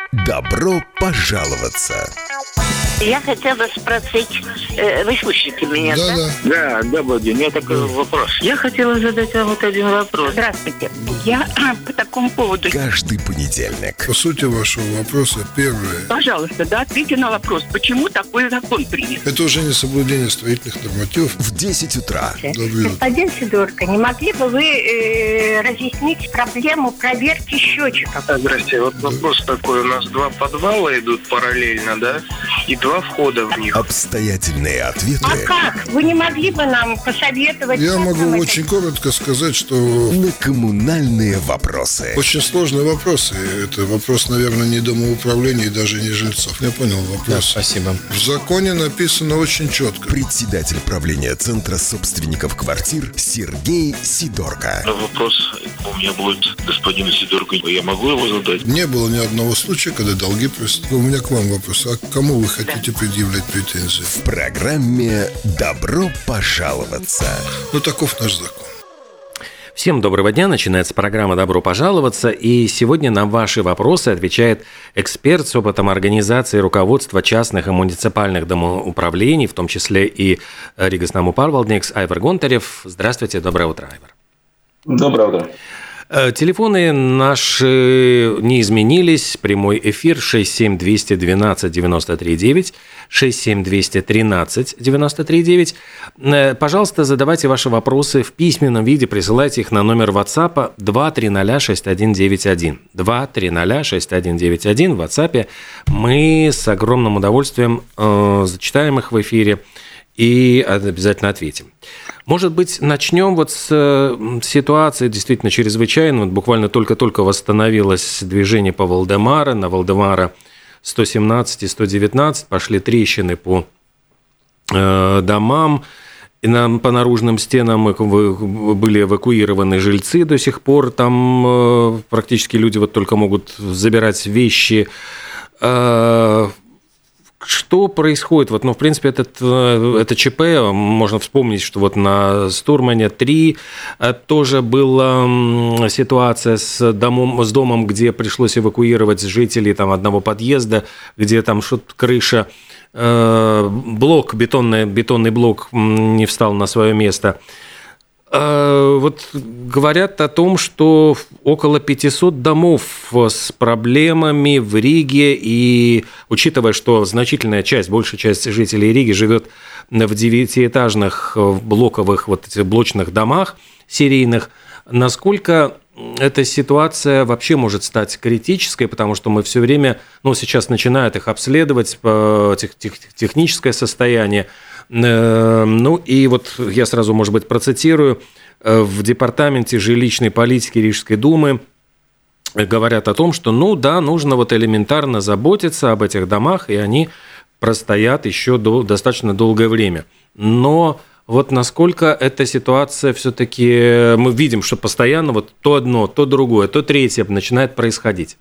Добро пожаловаться! Я хотела спросить, вы слышите меня, да? Да, Владимир, у меня такой вопрос. Я хотела задать вам вот один вопрос. Здравствуйте. Я по такому поводу... Каждый понедельник. По сути вашего вопроса, первое. Пожалуйста, ответьте на вопрос, почему такой закон принят? Это уже не соблюдение строительных нормативов. В 10 утра. Господин Сидорко, не могли бы вы разъяснить проблему проверки счетчиков? Здрасте, вот вопрос такой. У нас 2 подвала идут параллельно, да? И 2 входа в них. Обстоятельные ответы. А как? Вы не могли бы нам посоветовать? Я могу очень коротко сказать, что... На коммунальные вопросы. Очень сложные вопросы. Это вопрос, наверное, не домоуправления и даже не жильцов. Я понял вопрос. Да, спасибо. В законе написано очень четко. Председатель правления Центра собственников квартир Сергей Сидорко. Вопрос у меня будет господину Сидорко. Я могу его задать? Не было ни одного случая, когда долги просто... У меня к вам вопрос. А к кому вы хотите предъявлять претензии? В программе «Добро пожаловаться». Таков наш закон. Всем доброго дня. Начинается программа «Добро пожаловаться». И сегодня на ваши вопросы отвечает эксперт с опытом организации и руководства частных и муниципальных домоуправлений, в том числе и Ригас наму pārvaldnieks Айвар Гонтарев. Здравствуйте, доброе утро, Айвар. Доброе утро. Телефоны наши не изменились. Прямой эфир 67212 93 9, 67213 93 9. Пожалуйста, задавайте ваши вопросы в письменном виде, присылайте их на номер WhatsApp 2306191. 2306191 в WhatsApp. Мы с огромным удовольствием зачитаем их в эфире и обязательно ответим. Может быть, начнем с ситуации действительно чрезвычайной. Буквально только-только восстановилось движение по Валдемара. На Валдемара 117 и 119 пошли трещины по домам. И по наружным стенам были эвакуированы жильцы до сих пор. Там практически люди только могут забирать вещи. Что происходит? В принципе, это ЧП. Можно вспомнить, что на Стурмане 3 тоже была ситуация с домом, где пришлось эвакуировать жителей одного подъезда, где там крыша, блок, бетонный блок не встал на свое место. Говорят о том, что около 500 домов с проблемами в Риге, и учитывая, что значительная часть, большая часть жителей Риги живет в 9-этажных блоковых блочных домах серийных, насколько эта ситуация вообще может стать критической, потому что мы все время, сейчас начинают их обследовать, техническое состояние. И я сразу, может быть, процитирую. В департаменте жилищной политики Рижской думы говорят о том, что, нужно элементарно заботиться об этих домах, и они простоят еще достаточно долгое время. Но насколько эта ситуация все-таки... Мы видим, что постоянно то одно, то другое, то третье начинает происходить.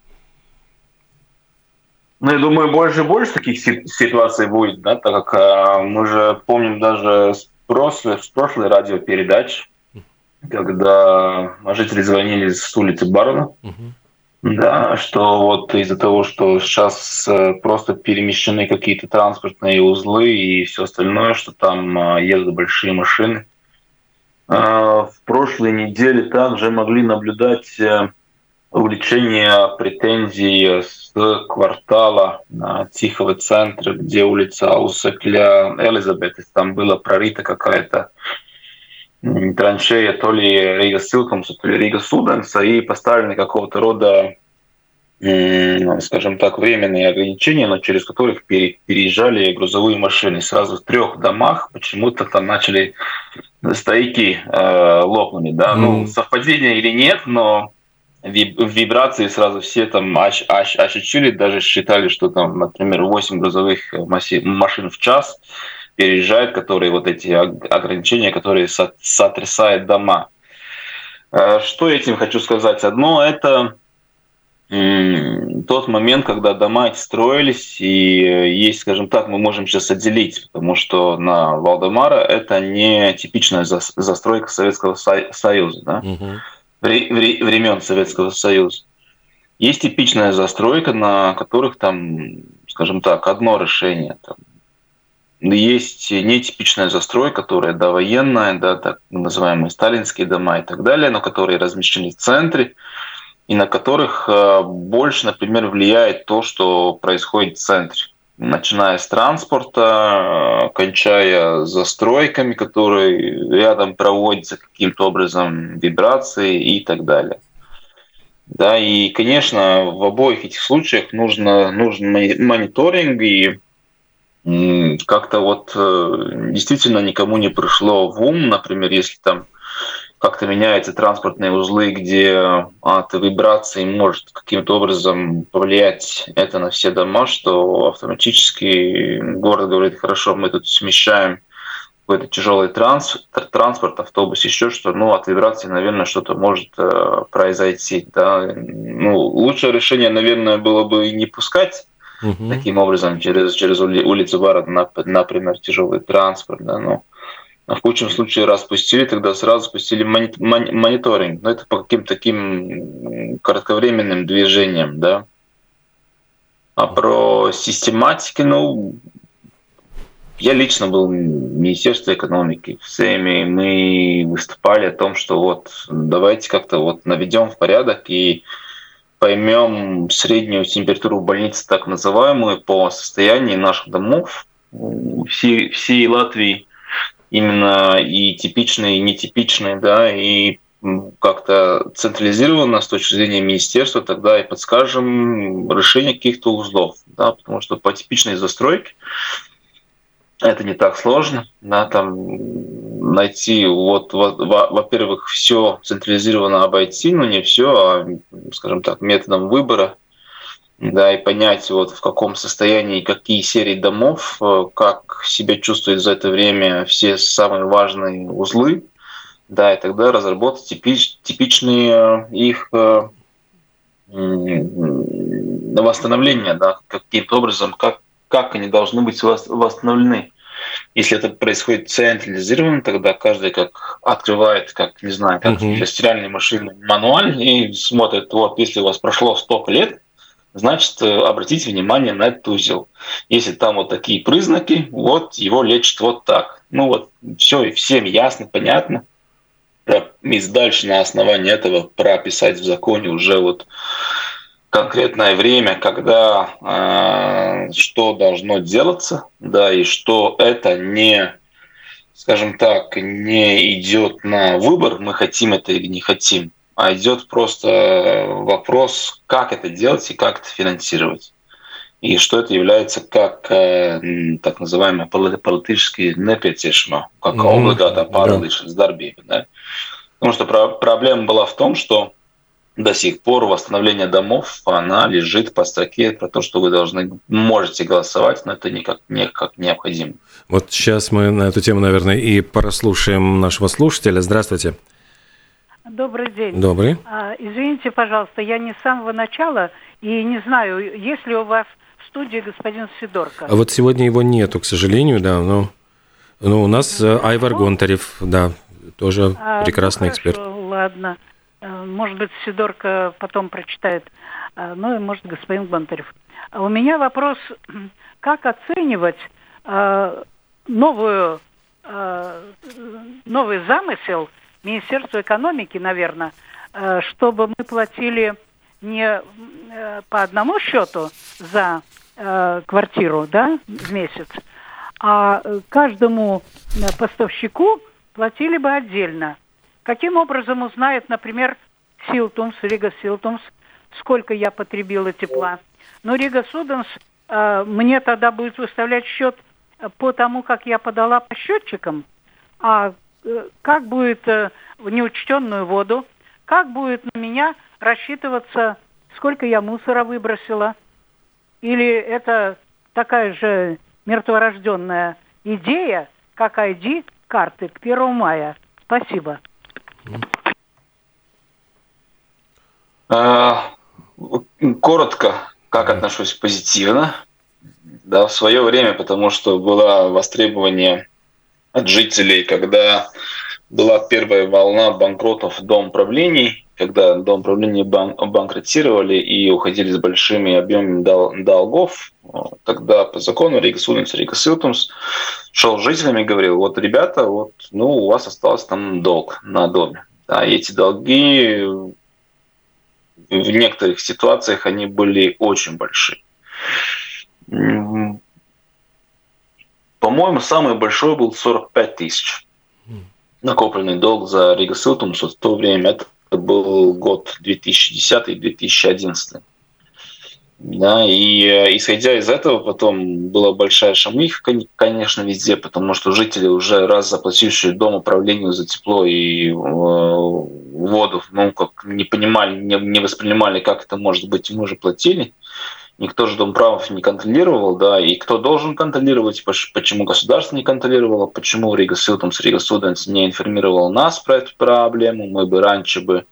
Я думаю, больше и больше таких ситуаций будет, да, так как мы же помним даже с прошлой радиопередач, когда жители звонили с улицы Барона, да, что из-за того, что сейчас просто перемещены какие-то транспортные узлы и все остальное, что там едут большие машины. В прошлой неделе также могли наблюдать увеличение претензий с квартала Тихого центра, где улица Аусекля Элизабет, там была прорыта какая-то траншея, то ли Рига Силкомса, то ли Рига Суденса, и поставлены какого-то рода, скажем так, временные ограничения, но через которых переезжали грузовые машины. Сразу в 3 домах почему-то там начали стояки лопнуть. Да? Совпадение или нет, но вибрации сразу все там ощутили, даже считали, что там, например, 8 грузовых машин в час переезжают, которые эти ограничения, которые сотрясают дома. Что этим хочу сказать? Одно – это тот момент, когда дома эти строились, и есть, скажем так, мы можем сейчас отделить, потому что на Валдемара это не типичная застройка Советского Союза, да? Времен Советского Союза. Есть типичная застройка, на которых там, скажем так, одно решение. Там. Есть нетипичная застройка, которая довоенная, да, так называемые сталинские дома и так далее, но которые размещены в центре, и на которых больше, например, влияет то, что происходит в центре. Начиная с транспорта, кончая застройками, которые рядом проводятся каким-то образом, вибрации и так далее. Да, и, конечно, в обоих этих случаях нужен мониторинг, и как-то вот действительно никому не пришло в ум, например, если там как-то меняются транспортные узлы, где от вибраций может каким-то образом повлиять это на все дома, что автоматически город говорит: хорошо, мы тут смещаем какой-то тяжелый транспорт, автобус, еще что, от вибрации, наверное, что-то может произойти. Да. Лучшее решение, наверное, было бы не пускать таким образом через улицу Бара, например, тяжелый транспорт. Да, но в худшем случае раз пустили, тогда сразу пустили мониторинг. Но это по каким-то таким кратковременным движениям. Да. А про систематики, я лично был в Министерстве экономики, в СЭМе, мы выступали о том, что давайте как-то наведем в порядок и поймем среднюю температуру в больнице, так называемую, по состоянию наших домов всей Латвии, именно и типичные, и нетипичные, да, и как-то централизированно с точки зрения министерства тогда и подскажем решение каких-то узлов, да, потому что по типичной застройке это не так сложно, да, там найти, во-первых, все централизированно обойти, но не все, а, скажем так, методом выбора, да, и понять, в каком состоянии, какие серии домов, как себя чувствуют за это время все самые важные узлы, да, и тогда разработать типичные их восстановления, да, каким-то образом, как они должны быть восстановлены. Если это происходит централизированно, тогда каждый как открывает, как для стиральной машины мануаль и смотрит, если у вас прошло столько лет, значит, обратите внимание на этот узел. Если там такие признаки, его лечат так. Все, и всем ясно, понятно. И дальше на основании этого прописать в законе уже конкретное время, когда что должно делаться, да, и что это не, скажем так, не идет на выбор, мы хотим это или не хотим, а идет просто вопрос, как это делать и как это финансировать. И что это является как так называемое политически неприятельство, как облигата pārvaldīšanas darbība. Да? Потому что проблема была в том, что до сих пор восстановление домов, она лежит по строке про то, что вы можете голосовать, но это никак необходимо. Сейчас мы на эту тему, наверное, и прослушаем нашего слушателя. Здравствуйте. Добрый день. Добрый. Извините, пожалуйста, я не с самого начала и не знаю, есть ли у вас в студии господин Сидорко. Сегодня его нету, к сожалению, да, но у нас Айвар Гонтарев, да, тоже прекрасный эксперт. Ладно. Может быть, Сидорко потом прочитает, и, может, господин Гонтарев. У меня вопрос, как оценивать новый замысел Министерства экономики, наверное, чтобы мы платили не по одному счету за квартиру, да, в месяц, а каждому поставщику платили бы отдельно. Каким образом узнает, например, Силтумс, Рига Силтумс, сколько я потребила тепла? Но Рига Суденс мне тогда будет выставлять счет по тому, как я подала по счетчикам, а как будет в неучтенную воду, как будет на меня рассчитываться, сколько я мусора выбросила. Или это такая же мертворожденная идея, как ID-карты к 1 мая? Спасибо. Коротко, как отношусь позитивно. Да, в свое время, потому что было востребование от жителей, когда была первая волна банкротов домоуправлений, когда домоуправления банкротировали и уходили с большими объемами долгов, тогда по закону Рига Суденс, Рига Силтумс шел с жителями и говорил: вот, ребята, вот, ну, у вас остался там долг на доме. Да, и эти долги в некоторых ситуациях они были очень большие. По-моему, самый большой был 45 тысяч. Накопленный долг за Рига Силтумс в то время. Это был год 2010-2011. Да, и исходя из этого, потом была большая шумиха, конечно, везде, потому что жители, уже раз заплатившие домоуправлению за тепло и воду, ну, как не понимали, не воспринимали, как это может быть, мы уже платили. Никто же домправов не контролировал, да, и кто должен контролировать, почему государство не контролировало, почему Рига Силтумс, Рига Суденс не информировал нас про эту проблему, мы бы раньше бы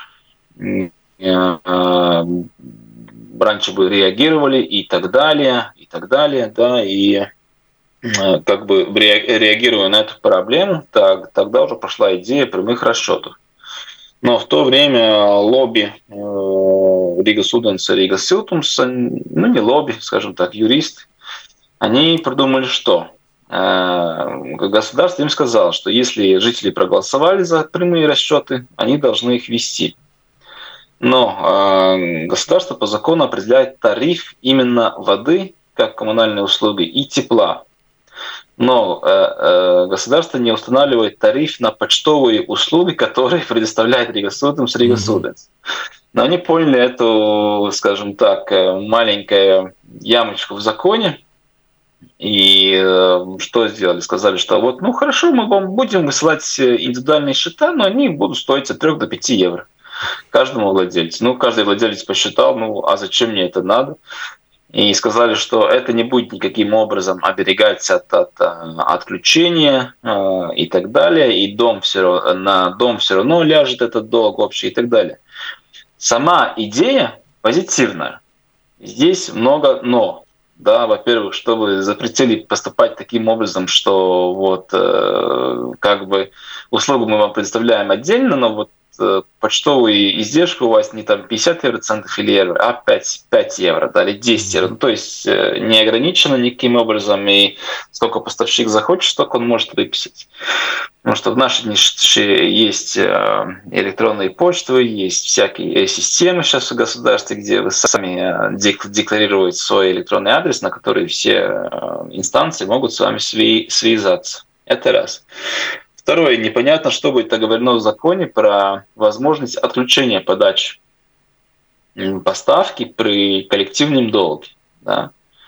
реагировали и так далее, да, и как бы реагируя на эту проблему, тогда уже пошла идея прямых расчетов. Но в то время лобби Рига Суденса, Рига Силтумса, ну не лобби, скажем так, юристы, они придумали, что государство им сказало, что если жители проголосовали за прямые расчеты, они должны их вести. Но государство по закону определяет тариф именно воды, как коммунальные услуги, и тепла. Но государство не устанавливает тариф на почтовые услуги, которые предоставляет Рига Суденс, Рига Суденс. Но они поняли эту, скажем так, маленькую ямочку в законе. И что сделали? Сказали, что вот, ну хорошо, мы вам будем высылать индивидуальные счета, но они будут стоить от 3 до 5 евро каждому владельцу. Ну, каждый владелец посчитал, ну а зачем мне это надо? И сказали, что это не будет никаким образом оберегать от отключения и так далее, и на дом все равно ляжет этот долг общий и так далее. Сама идея позитивная. Здесь много «но». Да, во-первых, чтобы запретили поступать таким образом, что вот как бы услугу мы вам предоставляем отдельно, но вот почтовые издержки у вас не там 50 евроцентов или евро, а 5 евро, да, или 10 евро. Ну, то есть не ограничено никаким образом, и сколько поставщик захочет, столько он может выписать. Потому что в наши дни есть электронные почты, есть всякие системы сейчас в государстве, где вы сами декларируете свой электронный адрес, на который все инстанции могут с вами связаться. Это раз. Второе, непонятно, что будет оговорено в законе про возможность отключения подачи поставки при коллективном долге. Да?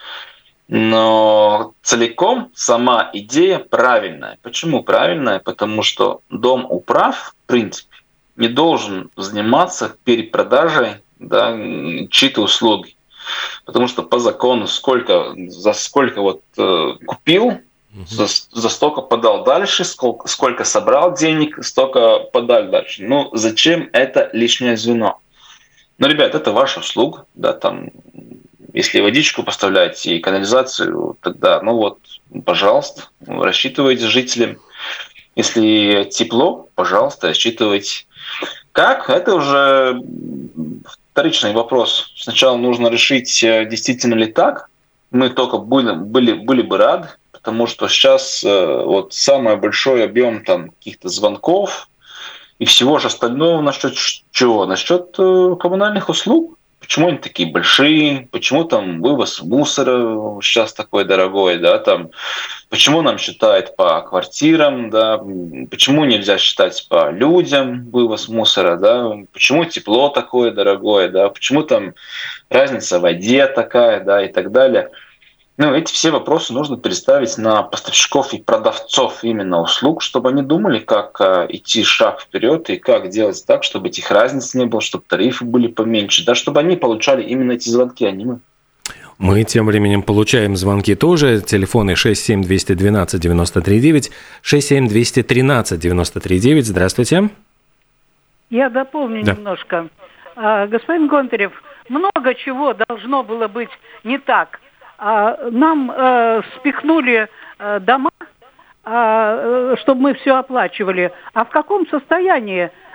Но целиком сама идея правильная. Почему правильная? Потому что Домуправ, в принципе, не должен заниматься перепродажей, да, чьи-то услуги. Потому что по закону за сколько вот купил, за столько подал дальше, сколько собрал денег, столько подал дальше. Ну, зачем это лишнее звено? Ну, ребят, это ваша услуга, да, там, если водичку поставляете и канализацию, тогда, ну вот, пожалуйста, рассчитывайте жителям. Если тепло, пожалуйста, рассчитывайте. Как? Это уже вторичный вопрос. Сначала нужно решить, действительно ли так. Мы только были бы рады, потому что сейчас вот самый большой объем там каких-то звонков и всего же остального насчет чего? Насчет коммунальных услуг. Почему они такие большие? Почему там вывоз мусора сейчас такой дорогой? Да? Там, почему нам считают по квартирам? Да? Почему нельзя считать по людям вывоз мусора? Да? Почему тепло такое дорогое? Да? Почему там разница в воде такая, да, и так далее? Ну, эти все вопросы нужно переставить на поставщиков и продавцов именно услуг, чтобы они думали, как идти шаг вперед и как делать так, чтобы этих разниц не было, чтобы тарифы были поменьше, да, чтобы они получали именно эти звонки, а не мы. Мы тем временем получаем звонки тоже. Телефоны 67-212-93-9, 67-213-93-9. Здравствуйте. Я дополню немножко. Господин Гонтарев, много чего должно было быть не так. Нам спихнули дома, чтобы мы все оплачивали. А в каком состоянии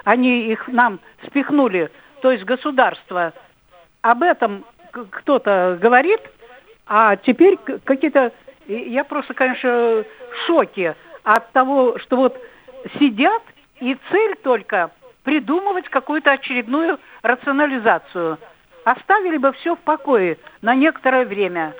они их нам спихнули, то есть государство. Об этом кто-то говорит, а теперь какие-то... Я просто, конечно, в шоке от того, что вот сидят, и цель только придумывать какую-то очередную рационализацию. Оставили бы все в покое на некоторое время.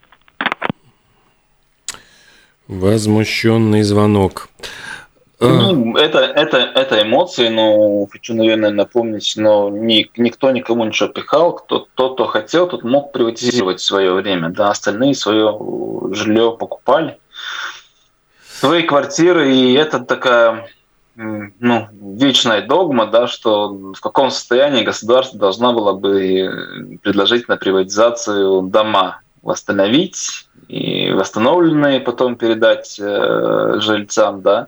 Возмущенный звонок. Ну, это эмоции, но хочу, наверное, напомнить, но никто никому ничего пихал. Кто хотел, тот мог приватизировать в свое время. Да, остальные свое жилье покупали. Свои квартиры, и это такая вечная догма, да, что в каком состоянии государство должно было бы предложить на приватизацию дома, восстановить и восстановленные потом передать жильцам, да.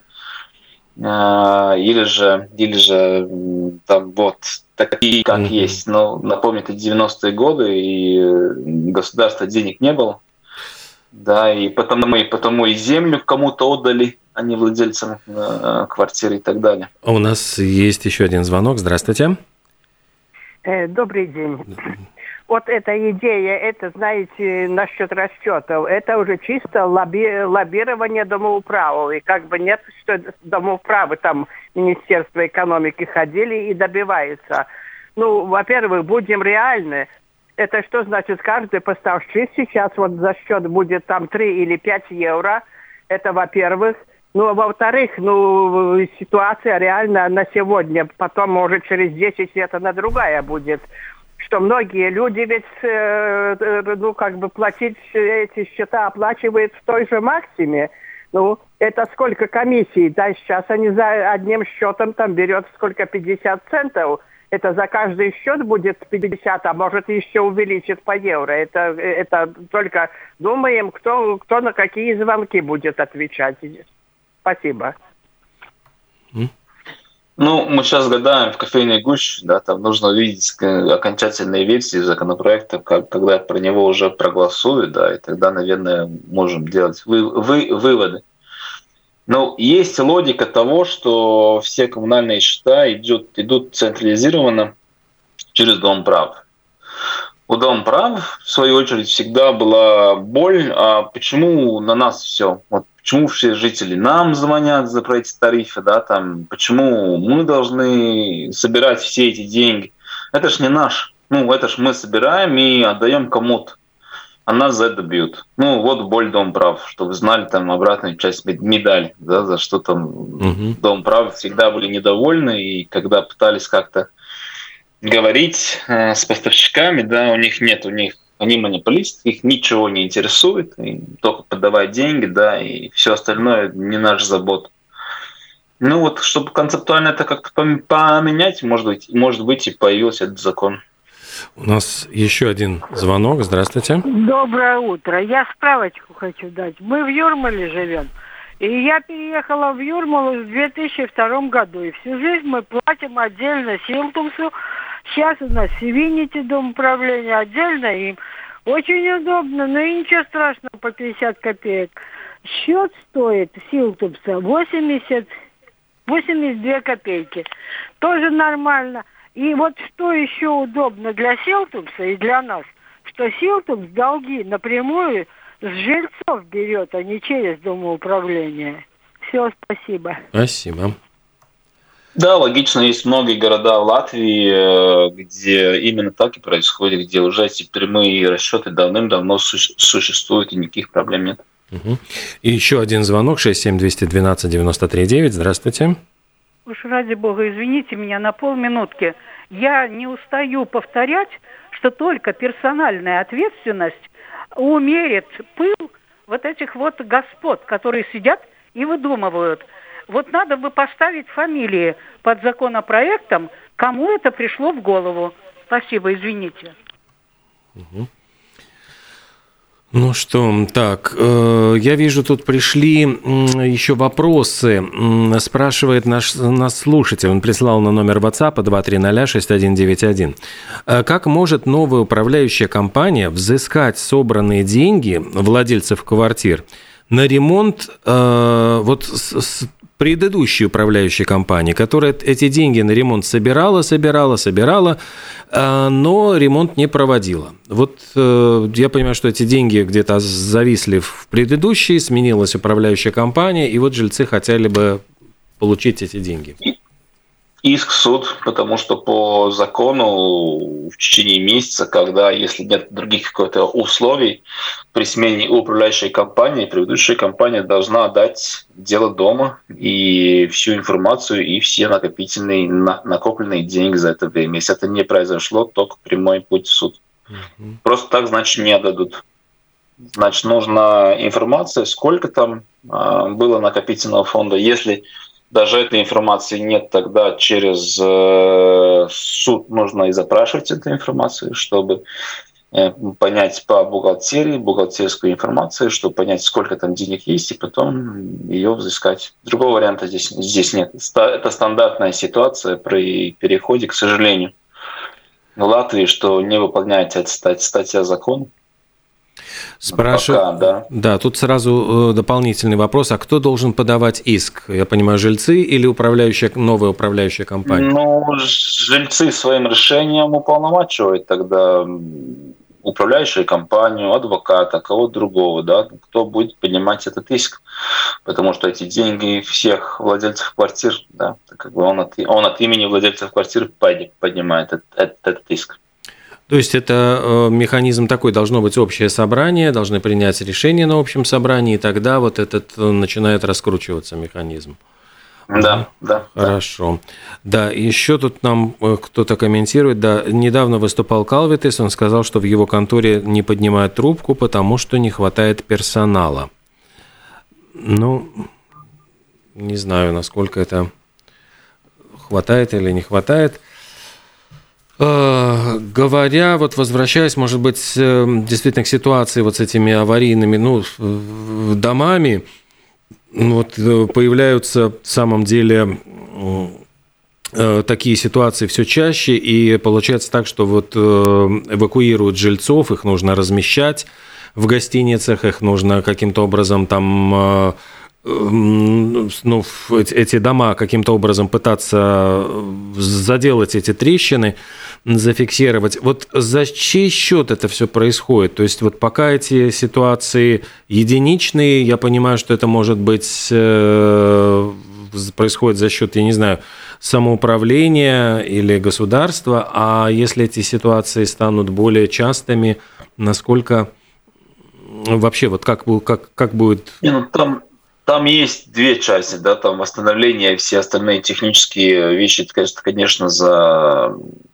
Или же там вот такие, как есть. Но напомню, это 90-е годы, и государства денег не было. Да, и потому и землю кому-то отдали, а не владельцам квартиры и так далее. У нас есть еще один звонок. Здравствуйте. Добрый день. Вот эта идея, это, знаете, насчет расчетов, это уже чисто лоббирование домоуправов. И как бы нет, что домоуправы там Министерство экономики ходили и добиваются. Ну, во-первых, будем реальны. Это что значит, каждый поставщик сейчас вот за счет будет там 3 или 5 евро. Это во-первых. Ну, а во-вторых, ситуация реально на сегодня. Потом, может, через 10 лет она другая будет. Что многие люди ведь, платить эти счета оплачивают в той же максиме. Ну, это сколько комиссий? Да, сейчас они за одним счетом там берет сколько, 50 центов. Это за каждый счет будет 50, а может еще увеличит по евро. Это только думаем, кто на какие звонки будет отвечать. Спасибо. Ну, мы сейчас гадаем в кофейной гуще, да, там нужно увидеть окончательные версии законопроекта, когда про него уже проголосуют, да, и тогда, наверное, можем делать выводы. Но есть логика того, что все коммунальные счета идут централизированно через Домоуправ. У Домоуправ, в свою очередь, всегда была боль, а почему на нас все? Вот почему все жители нам звонят за эти тарифы, да, там, почему мы должны собирать все эти деньги? Это ж не наш. Ну, это ж мы собираем и отдаем кому-то, а нас за это бьют. Ну, вот боль Домоуправ, чтобы вы знали там обратную часть медали, да, за что там Домоуправ всегда были недовольны, и когда пытались как-то говорить с поставщиками, да, они монополисты, их ничего не интересует, только подавать деньги, да, и все остальное не наша забота. Ну вот, чтобы концептуально это как-то поменять, может быть, и появился этот закон. У нас еще один звонок. Здравствуйте. Доброе утро. Я справочку хочу дать. Мы в Юрмале живем. И я переехала в Юрмалу в 2002 году. И всю жизнь мы платим отдельно Силтумсу. Сейчас у нас в Севините дом управления отдельно им. Очень удобно, но и ничего страшного, по 50 копеек. Счет стоит Силтумса 82 копейки. Тоже нормально. И вот что еще удобно для Силтумса и для нас, что Силтумс долги напрямую с жильцов берет, а не через домоуправление. Все, спасибо. Спасибо. Да, логично, есть многие города в Латвии, где именно так и происходит, где уже эти прямые расчеты давным-давно существуют и никаких проблем нет. Угу. И еще один звонок, 67-212-93-9. Здравствуйте. Уж ради бога, извините меня на полминутки. Я не устаю повторять, что только персональная ответственность умерит пыл вот этих вот господ, которые сидят и выдумывают. Вот надо бы поставить фамилии под законопроектом, кому это пришло в голову. Спасибо, извините. Угу. Ну что, так, я вижу, тут пришли еще вопросы. Спрашивает нас слушатель, он прислал на номер WhatsApp 2306191. Как может новая управляющая компания взыскать собранные деньги владельцев квартир на ремонт предыдущей управляющей компании, которая эти деньги на ремонт собирала, но ремонт не проводила. Вот я понимаю, что эти деньги где-то зависли в предыдущей, сменилась управляющая компания, и вот жильцы хотели бы получить эти деньги. Иск в суд, потому что по закону в течение месяца, когда, если нет других каких-то условий, при смене управляющей компании, предыдущая компания должна отдать дело дома и всю информацию, и все накопленные деньги за это время. Если это не произошло, только прямой путь в суд. Просто так, значит, не отдадут. Значит, нужна информация, сколько там было накопительного фонда. Если даже этой информации нет, тогда через суд нужно и запрашивать эту информацию, чтобы понять по бухгалтерии, бухгалтерскую информацию, чтобы понять, сколько там денег есть, и потом ее взыскать. Другого варианта здесь нет. Это стандартная ситуация при переходе, к сожалению, в Латвии, что не выполняется эта статья закона. Спрашиваю. Да, тут сразу дополнительный вопрос. А кто должен подавать иск? Я понимаю, жильцы или новая управляющая компания? Ну, жильцы своим решением уполномачивают тогда управляющую компанию, адвоката, кого-то другого, да, кто будет поднимать этот иск. Потому что эти деньги всех владельцев квартир, да, как бы он от имени владельцев квартир поднимает этот иск. То есть это механизм такой, должно быть общее собрание, должны принять решение на общем собрании, и тогда вот этот начинает раскручиваться механизм. Да. Хорошо. Да, еще тут нам кто-то комментирует, да, недавно выступал Калвитис, он сказал, что в его конторе не поднимают трубку, потому что не хватает персонала. Ну, не знаю, насколько это хватает или не хватает. Говоря, вот возвращаясь, может быть, действительно к ситуации вот с этими аварийными домами, вот появляются в самом деле такие ситуации все чаще, и получается так, что вот эвакуируют жильцов, их нужно размещать в гостиницах, их нужно каким-то образом там... эти дома каким-то образом пытаться заделать эти трещины, зафиксировать. Вот за чей счет это все происходит? То есть вот пока эти ситуации единичные, я понимаю, что это может быть происходит за счет, я не знаю, самоуправления или государства, а если эти ситуации станут более частыми, насколько вообще вот как будет... Там есть две части, да, там восстановление и все остальные технические вещи, это, конечно, за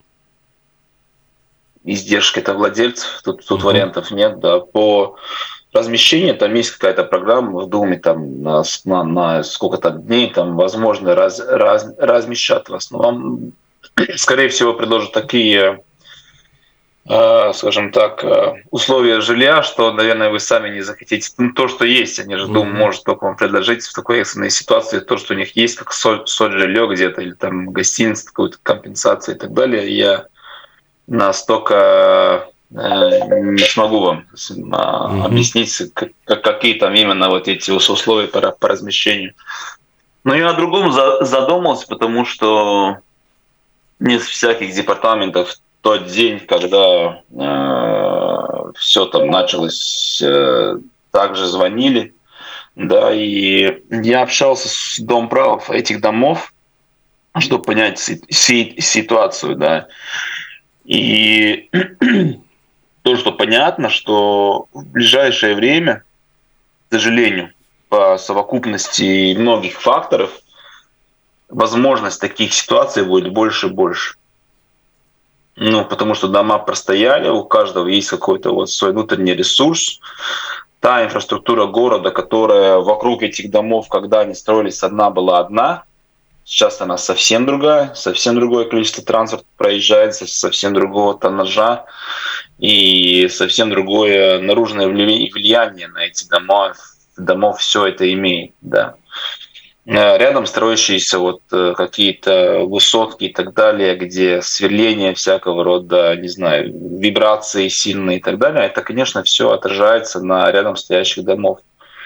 издержки это владельцев, тут вариантов нет, да. По размещению там есть какая-то программа в Думе, там на сколько-то дней, там возможно размещать в основном. Скорее всего, предложат такие, скажем так, условия жилья, что, наверное, вы сами не захотите. То, что есть, они же Дума может только вам предложить в такой экстренной ситуации то, что у них есть, как соцжилье где-то, или там гостиница, какую-то компенсацию и так далее. Я настолько не смогу вам объяснить, какие там именно вот эти условия по размещению. Но я о другом задумался, потому что нет всяких департаментов тот день, когда все там началось, также звонили, да, и я общался с домправом этих домов, чтобы понять ситуацию, да, и то, что понятно, что в ближайшее время, к сожалению, по совокупности многих факторов, возможность таких ситуаций будет больше и больше. Потому что дома простояли, у каждого есть какой-то вот свой внутренний ресурс. Та инфраструктура города, которая вокруг этих домов, когда они строились, была одна. Сейчас она совсем другая, совсем другое количество транспорта проезжает, совсем другого тоннажа и совсем другое наружное влияние на эти домов все это имеет, да. Рядом строящиеся вот какие-то высотки и так далее, где сверление всякого рода, не знаю, вибрации сильные и так далее, это, конечно, все отражается на рядом стоящих домов.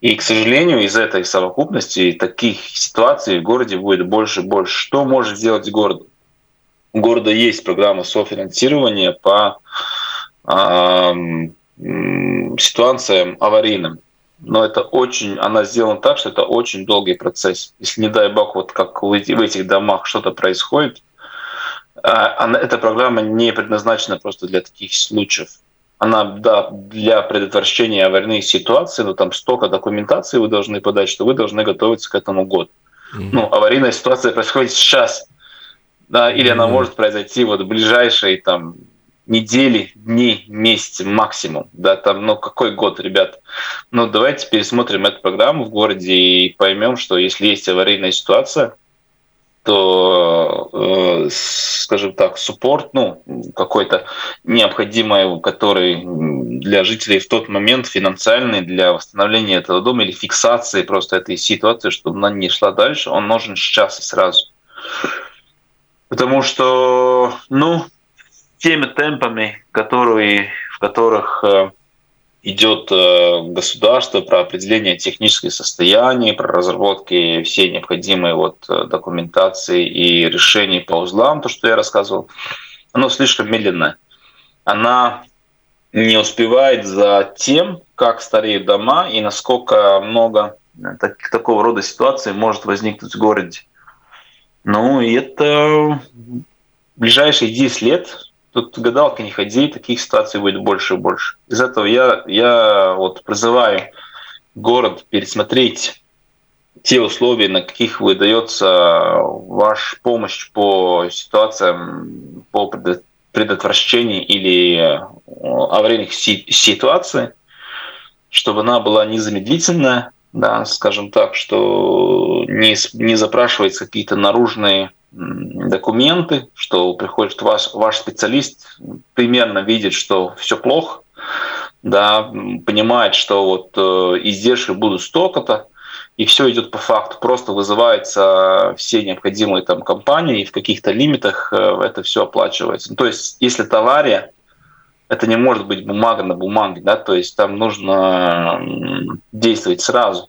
И, к сожалению, из этой совокупности таких ситуаций в городе будет больше и больше. Что может сделать город? У города есть программа софинансирования по ситуациям аварийным. Но это она сделана так, что это очень долгий процесс. Если, не дай бог, вот как в этих домах что-то происходит, эта программа не предназначена просто для таких случаев. Она, да, для предотвращения аварийных ситуаций, но там столько документации вы должны подать, что вы должны готовиться к этому год. Ну, аварийная ситуация происходит сейчас, да, или она может произойти вот в ближайшие там недели, дни, месяцы максимум. Да, там, ну какой год, ребят? Ну давайте пересмотрим эту программу в городе и поймем, что если есть аварийная ситуация, то, скажем так, суппорт, ну, какой-то необходимый, который для жителей в тот момент финансальный для восстановления этого дома или фиксации просто этой ситуации, чтобы она не шла дальше, он нужен сейчас и сразу. Потому что, ну, теми темпами, в которых идет государство, про определение технических состояний, про разработки всей необходимой вот документации и решений по узлам, то, что я рассказывал, оно слишком медленное. Она не успевает за тем, как стареют дома и насколько много такого рода ситуаций может возникнуть в городе. Ну и это в ближайшие 10 лет. Тут гадалка не ходи, таких ситуаций будет больше и больше. Из этого я вот призываю город пересмотреть те условия, на каких выдается ваша помощь по ситуациям, по предотвращению или аварийных ситуаций, чтобы она была незамедлительная, да, скажем так, что не запрашиваются какие-то наружные документы, что приходит ваш специалист, примерно видит, что все плохо, да, понимает, что вот издержки будут столько-то, и все идет по факту. Просто вызываются все необходимые там компании, и в каких-то лимитах это все оплачивается. То есть, если это авария, это не может быть бумага на бумаге, да, то есть там нужно действовать сразу.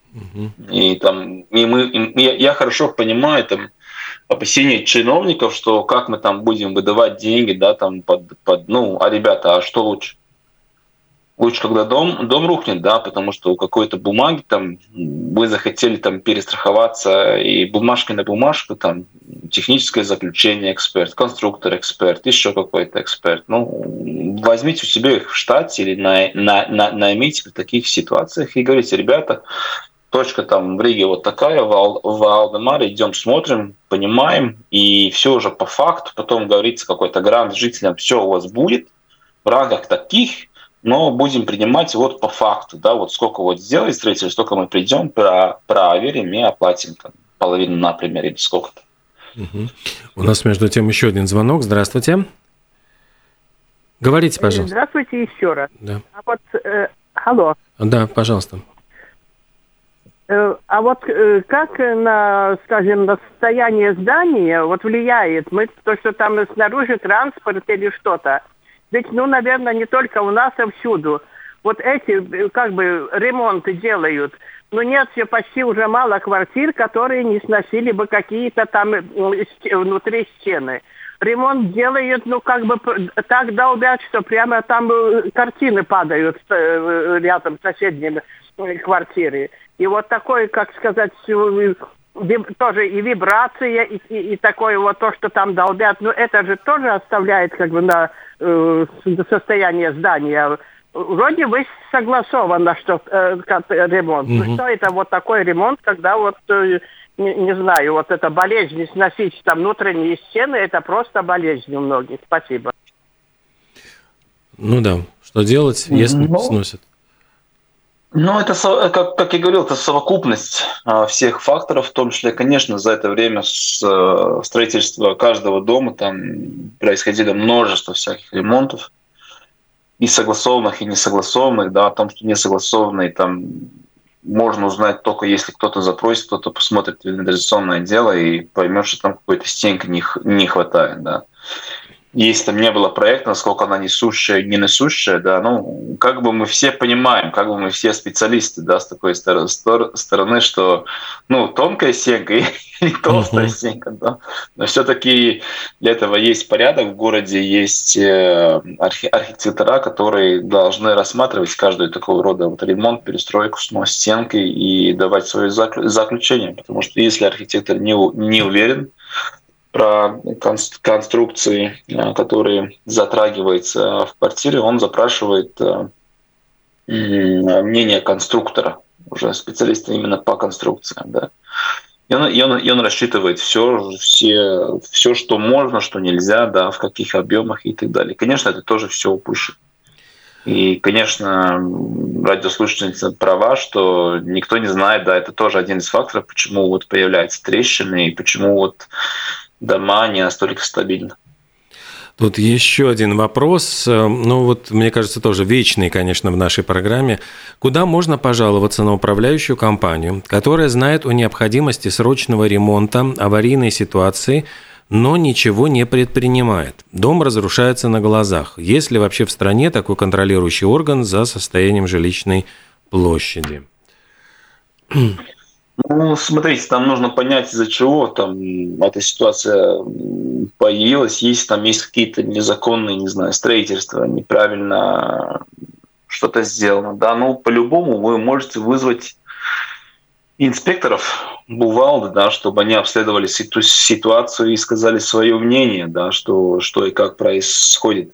И там, я хорошо понимаю там опасения чиновников, что как мы там будем выдавать деньги, да, там а ребята, а что лучше? Лучше, когда дом рухнет, да, потому что у какой-то бумаги там вы захотели там перестраховаться, и бумажка на бумажку, там техническое заключение эксперт, конструктор эксперт, еще какой-то эксперт. Ну, возьмите у себя их в штате или наймите в таких ситуациях и говорите: ребята, точка там в Риге вот такая, в Алдемаре, идем смотрим, понимаем, и все уже по факту, потом говорится какой-то грант жителям, все у вас будет в рамках таких, но будем принимать вот по факту, да, вот сколько вот сделает строитель, столько мы придем, проверим и оплатим там, половину, например, или сколько-то. У нас, между тем, еще один звонок. Здравствуйте. Говорите, пожалуйста. Здравствуйте еще раз. Да. А вот, алло. Да, пожалуйста. А вот как на, скажем, на состояние здания вот влияет то, что там снаружи транспорт или что-то? Ведь, наверное, не только у нас, а всюду. Вот эти, как бы, ремонты делают. Но нет все почти уже мало квартир, которые не сносили бы какие-то там внутри стены. Ремонт делают, как бы так долбят, что прямо там картины падают рядом с соседними квартирами. И вот такое, как сказать, тоже и вибрация, и такое вот то, что там долбят, это же тоже оставляет как бы на состояние здания. Вроде бы согласовано, что ремонт. Что это вот такой ремонт, когда вот, не знаю, вот эта болезнь сносить там внутренние стены, это просто болезнь у многих. Спасибо. Ну да, что делать, если сносят? Ну, это, как я говорил, это совокупность всех факторов, в том числе, конечно, за это время строительства каждого дома там происходило множество всяких ремонтов, и согласованных, и несогласованных, да, о том, что несогласованные там можно узнать только если кто-то запросит, кто-то посмотрит инвестиционное дело и поймет, что там какой-то стенки не хватает, да. если там не было проекта, насколько она несущая, не несущая, да, ну, как бы мы все понимаем, как бы мы все специалисты, да, с такой стороны, что, ну, тонкая стенка и толстая стенка, да, но все-таки для этого есть порядок в городе, есть архитектора, которые должны рассматривать каждую такого рода вот ремонт, перестройку, снос стенки и давать свое заключение, потому что если архитектор не уверен про конструкции, которые затрагиваются в квартире, он запрашивает мнение конструктора, уже специалиста именно по конструкциям. Да. И он рассчитывает все, что можно, что нельзя, да, в каких объемах и так далее. Конечно, это тоже все упущено. И, конечно, радиослушательница права, что никто не знает, да, это тоже один из факторов, почему вот появляются трещины и почему вот дома не настолько стабильны. Тут еще один вопрос, ну вот, мне кажется, тоже вечный, конечно, в нашей программе. Куда можно пожаловаться на управляющую компанию, которая знает о необходимости срочного ремонта, аварийной ситуации, но ничего не предпринимает? Дом разрушается на глазах. Есть ли вообще в стране такой контролирующий орган за состоянием жилищной площади? Ну, смотрите, там нужно понять, из-за чего там эта ситуация появилась. Если там есть какие-то незаконные, не знаю, строительства, неправильно что-то сделано, да, ну, по-любому вы можете вызвать инспекторов Бувалды, да, чтобы они обследовали ситуацию и сказали свое мнение, да, что и как происходит.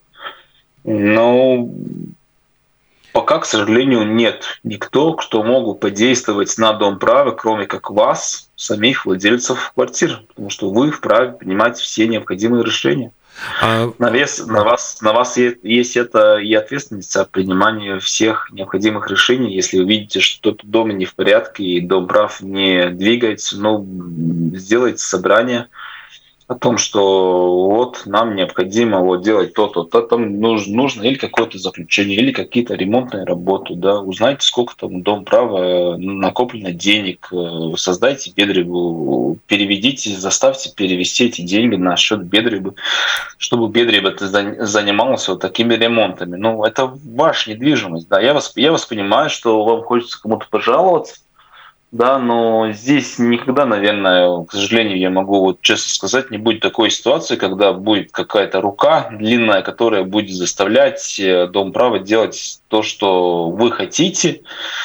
Но пока, к сожалению, нет никто, кто мог бы подействовать на Домправы, кроме как вас, самих владельцев квартир, потому что вы вправе принимать все необходимые решения. На вас есть это и ответственность за принимание всех необходимых решений. Если вы видите, что что-то в доме не в порядке и Домправ не двигается, ну, сделайте собрание о том, что вот нам необходимо вот делать то-то, там нужно или какое-то заключение, или какие-то ремонтные работы, да, узнайте, сколько там у Домправа накоплено денег, создайте Бедребу, переведите, заставьте перевести эти деньги на счет Бедребы, чтобы Бедреба занималась вот такими ремонтами. Ну, это ваша недвижимость, да, я вас понимаю, что вам хочется кому-то пожаловаться, да, но здесь никогда, наверное, к сожалению, я могу вот честно сказать, не будет такой ситуации, когда будет какая-то рука длинная, которая будет заставлять Домправа делать то, что вы хотите,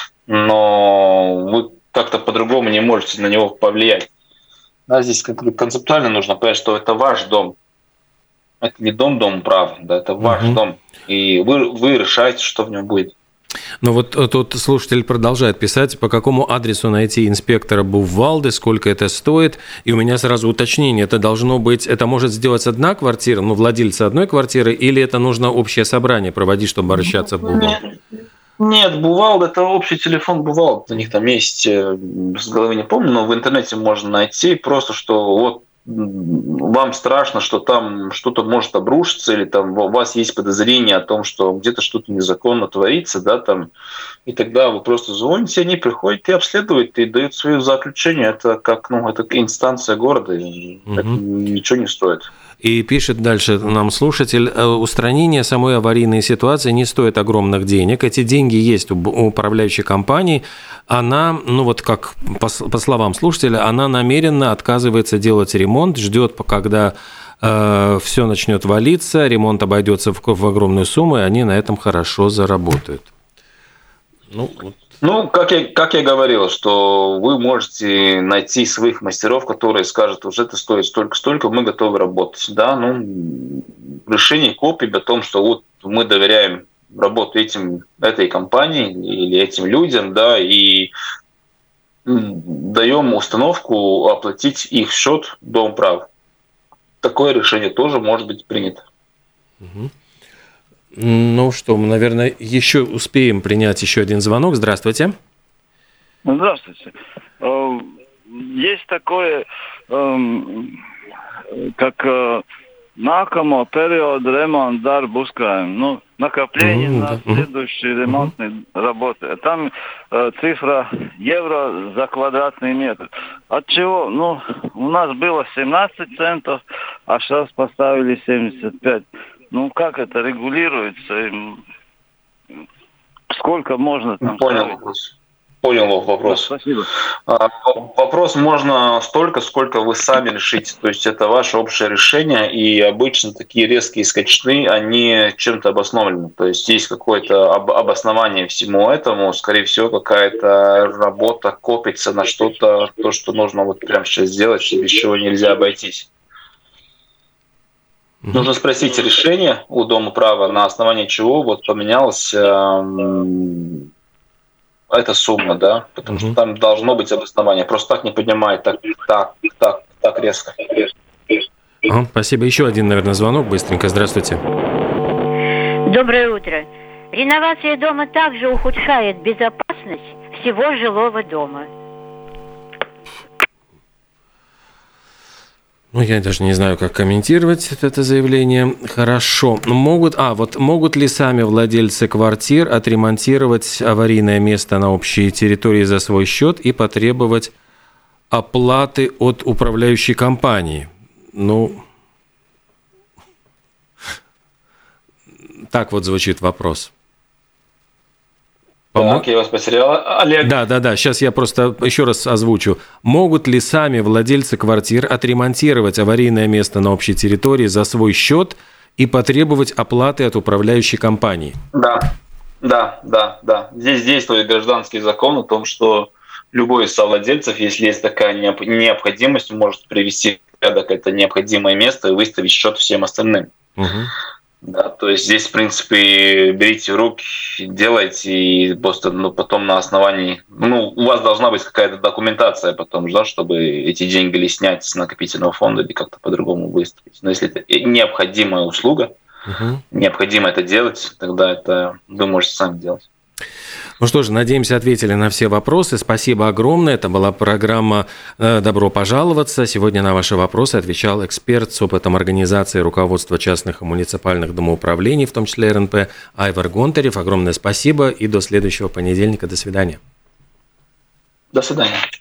но вы как-то по-другому не можете на него повлиять. Да, здесь концептуально нужно понять, что это ваш дом. Это не дом Домправа, да, это ваш дом. И вы решаете, что в нем будет. Ну вот тут слушатель продолжает писать, по какому адресу найти инспектора Бувалды, сколько это стоит. И у меня сразу уточнение, это должно быть, это может сделать одна квартира, ну, владельца одной квартиры, или это нужно общее собрание проводить, чтобы обращаться в Бувалду? Нет, Бувалда, это общий телефон Бувалды, у них там есть, с головы не помню, но в интернете можно найти просто, что вот вам страшно, что там что-то может обрушиться, или там у вас есть подозрение о том, что где-то что-то незаконно творится, да, там, и тогда вы просто звоните, они приходят и обследуют, и дают свое заключение. Это как, ну, это инстанция города, и это ничего не стоит. И пишет дальше нам слушатель, устранение самой аварийной ситуации не стоит огромных денег. Эти деньги есть у управляющей компании. Она, ну вот как по словам слушателя, она намеренно отказывается делать ремонт, ждет, когда все начнет валиться, ремонт обойдется в огромную сумму, и они на этом хорошо заработают. Ну, как я говорил, что вы можете найти своих мастеров, которые скажут, уже это стоит столько-столько, мы готовы работать. Да, ну, решение копий о том, что вот мы доверяем работу этой компании или этим людям, да, и даем установку оплатить их счет Домправ. Такое решение тоже может быть принято. Ну что, мы, наверное, еще успеем принять еще один звонок. Здравствуйте. Здравствуйте. Есть такое, как nākamo periodu ремонт darbu uzkrājumu, накопление на следующие ремонтные работы. Там цифра евро за квадратный метр. От чего? У нас было 17 центов, а сейчас поставили 75. Как это регулируется? Сколько можно там ставить? Понял вопрос. Спасибо. Вопрос можно столько, сколько вы сами решите. То есть это ваше общее решение, и обычно такие резкие скачки, они чем-то обусловлены. То есть есть какое-то обоснование всему этому, скорее всего, какая-то работа копится на что-то, то, что нужно вот прямо сейчас сделать, без чего нельзя обойтись. Нужно спросить решение у Дома права, на основании чего вот поменялось эта сумма, да, потому что там должно быть обоснование. Просто так не поднимает, так резко. Спасибо. Еще один, наверное, звонок. Быстренько. Здравствуйте. Доброе утро. Реновация дома также ухудшает безопасность всего жилого дома. Я даже не знаю, как комментировать это заявление. Хорошо. Могут ли сами владельцы квартир отремонтировать аварийное место на общей территории за свой счет и потребовать оплаты от управляющей компании? Так вот звучит вопрос. Так, я вас потерял. Олег. Да. Сейчас я просто еще раз озвучу. Могут ли сами владельцы квартир отремонтировать аварийное место на общей территории за свой счет и потребовать оплаты от управляющей компании? Да. Здесь действует гражданский закон о том, что любой из совладельцев, если есть такая необходимость, может привести в порядок это необходимое место и выставить счет всем остальным. Да, то есть здесь, в принципе, берите в руки, делайте, и просто потом на основании... у вас должна быть какая-то документация потом, да, чтобы эти деньги или снять с накопительного фонда, или как-то по-другому выставить. Но если это необходимая услуга, необходимо это делать, тогда это вы можете сами делать. Что ж, надеемся, ответили на все вопросы. Спасибо огромное. Это была программа «Добро пожаловаться». Сегодня на ваши вопросы отвечал эксперт с опытом организации руководства частных и муниципальных домоуправлений, в том числе РНП, Айвар Гонтарев. Огромное спасибо и до следующего понедельника. До свидания. До свидания.